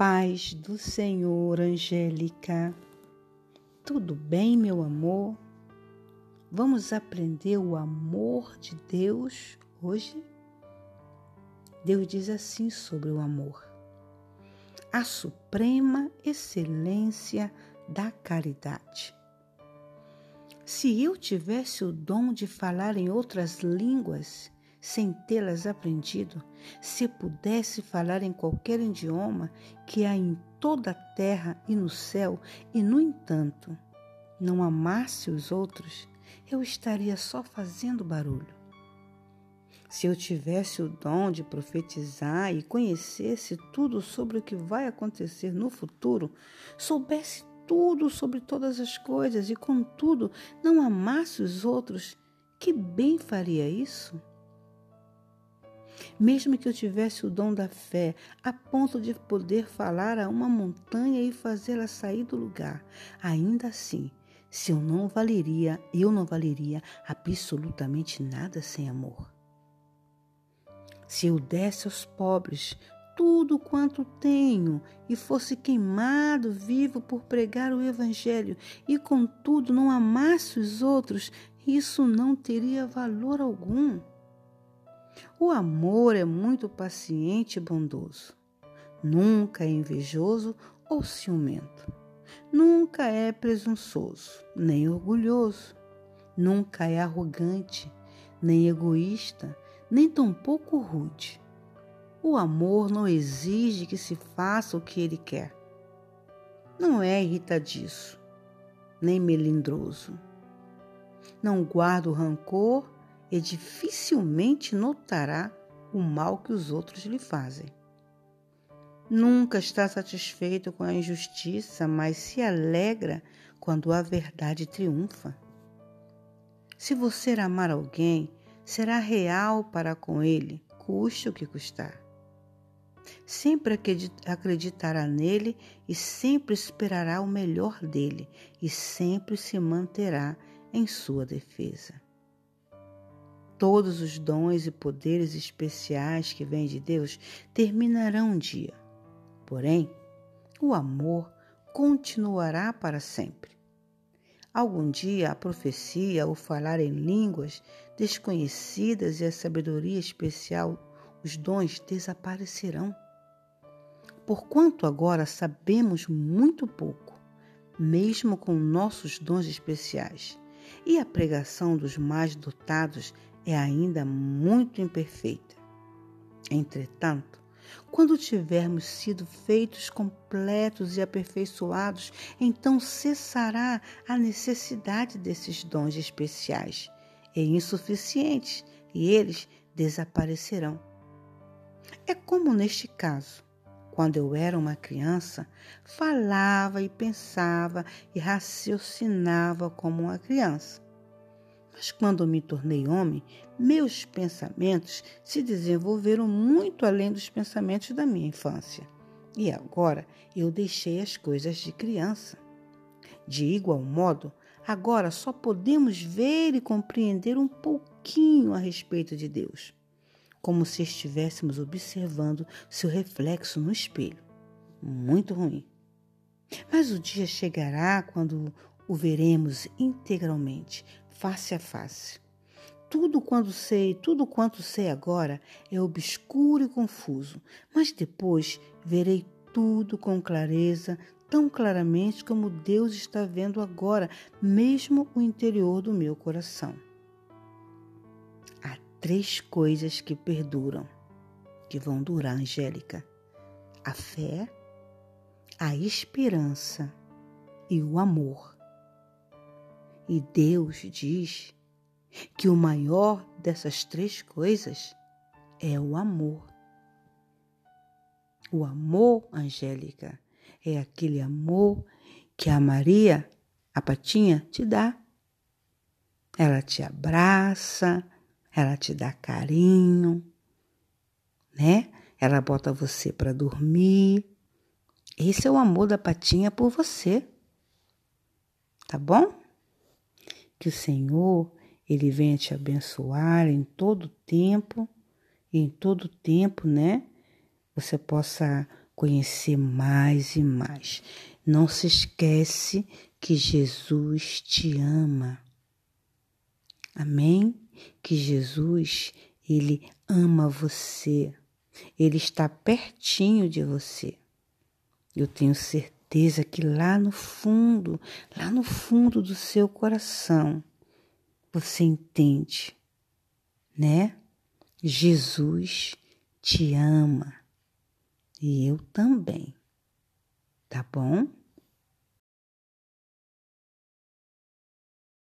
paz do Senhor, Angélica. Tudo bem, meu amor? Vamos aprender o amor de Deus hoje? Deus diz assim sobre o amor: a suprema excelência da caridade. Se eu tivesse o dom de falar em outras línguas, sem tê-las aprendido, se pudesse falar em qualquer idioma que há em toda a terra e no céu, e, no entanto, não amasse os outros, eu estaria só fazendo barulho. Se eu tivesse o dom de profetizar e conhecesse tudo sobre o que vai acontecer no futuro, soubesse tudo sobre todas as coisas e, contudo, não amasse os outros, que bem faria isso? Mesmo que eu tivesse o dom da fé, a ponto de poder falar a uma montanha e fazê-la sair do lugar, ainda assim, eu não valeria absolutamente nada sem amor. Se eu desse aos pobres tudo quanto tenho e fosse queimado vivo por pregar o Evangelho e, contudo, não amasse os outros, isso não teria valor algum. O amor é muito paciente e bondoso. Nunca é invejoso ou ciumento. Nunca é presunçoso, nem orgulhoso. Nunca é arrogante, nem egoísta, nem tampouco rude. O amor não exige que se faça o que ele quer. Não é irritadiço, nem melindroso. Não guarda o rancor e dificilmente notará o mal que os outros lhe fazem. Nunca está satisfeito com a injustiça, mas se alegra quando a verdade triunfa. Se você amar alguém, será real para com ele, custe o que custar. Sempre acreditará nele e sempre esperará o melhor dele e sempre se manterá em sua defesa. Todos os dons e poderes especiais que vêm de Deus terminarão um dia. Porém, o amor continuará para sempre. Algum dia a profecia, o falar em línguas desconhecidas e a sabedoria especial, os dons desaparecerão. Porquanto agora sabemos muito pouco, mesmo com nossos dons especiais, e a pregação dos mais dotados é ainda muito imperfeita. Entretanto, quando tivermos sido feitos completos e aperfeiçoados, então cessará a necessidade desses dons especiais e insuficientes, e eles desaparecerão. É como neste caso. Quando eu era uma criança, falava e pensava e raciocinava como uma criança. Mas quando me tornei homem, meus pensamentos se desenvolveram muito além dos pensamentos da minha infância. E agora eu deixei as coisas de criança. De igual modo, agora só podemos ver e compreender um pouquinho a respeito de Deus, como se estivéssemos observando seu reflexo no espelho. Muito ruim. Mas o dia chegará quando o veremos integralmente, face a face. Tudo quanto sei agora é obscuro e confuso, mas depois verei tudo com clareza, tão claramente como Deus está vendo agora, mesmo o interior do meu coração. Há 3 coisas que perduram, que vão durar, Angélica: a fé, a esperança e o amor. E Deus diz que o maior dessas 3 coisas é o amor. O amor, Angélica, é aquele amor que a Maria, a Patinha, te dá. Ela te abraça, ela te dá carinho, né? Ela bota você para dormir. Esse é o amor da Patinha por você. Tá bom? Que o Senhor, Ele venha te abençoar em todo tempo, e em todo tempo, né? Você possa conhecer mais e mais. Não se esquece que Jesus te ama. Amém? Que Jesus, Ele ama você. Ele está pertinho de você. Eu tenho certeza que lá no fundo do seu coração, você entende, né? Jesus te ama e eu também, tá bom?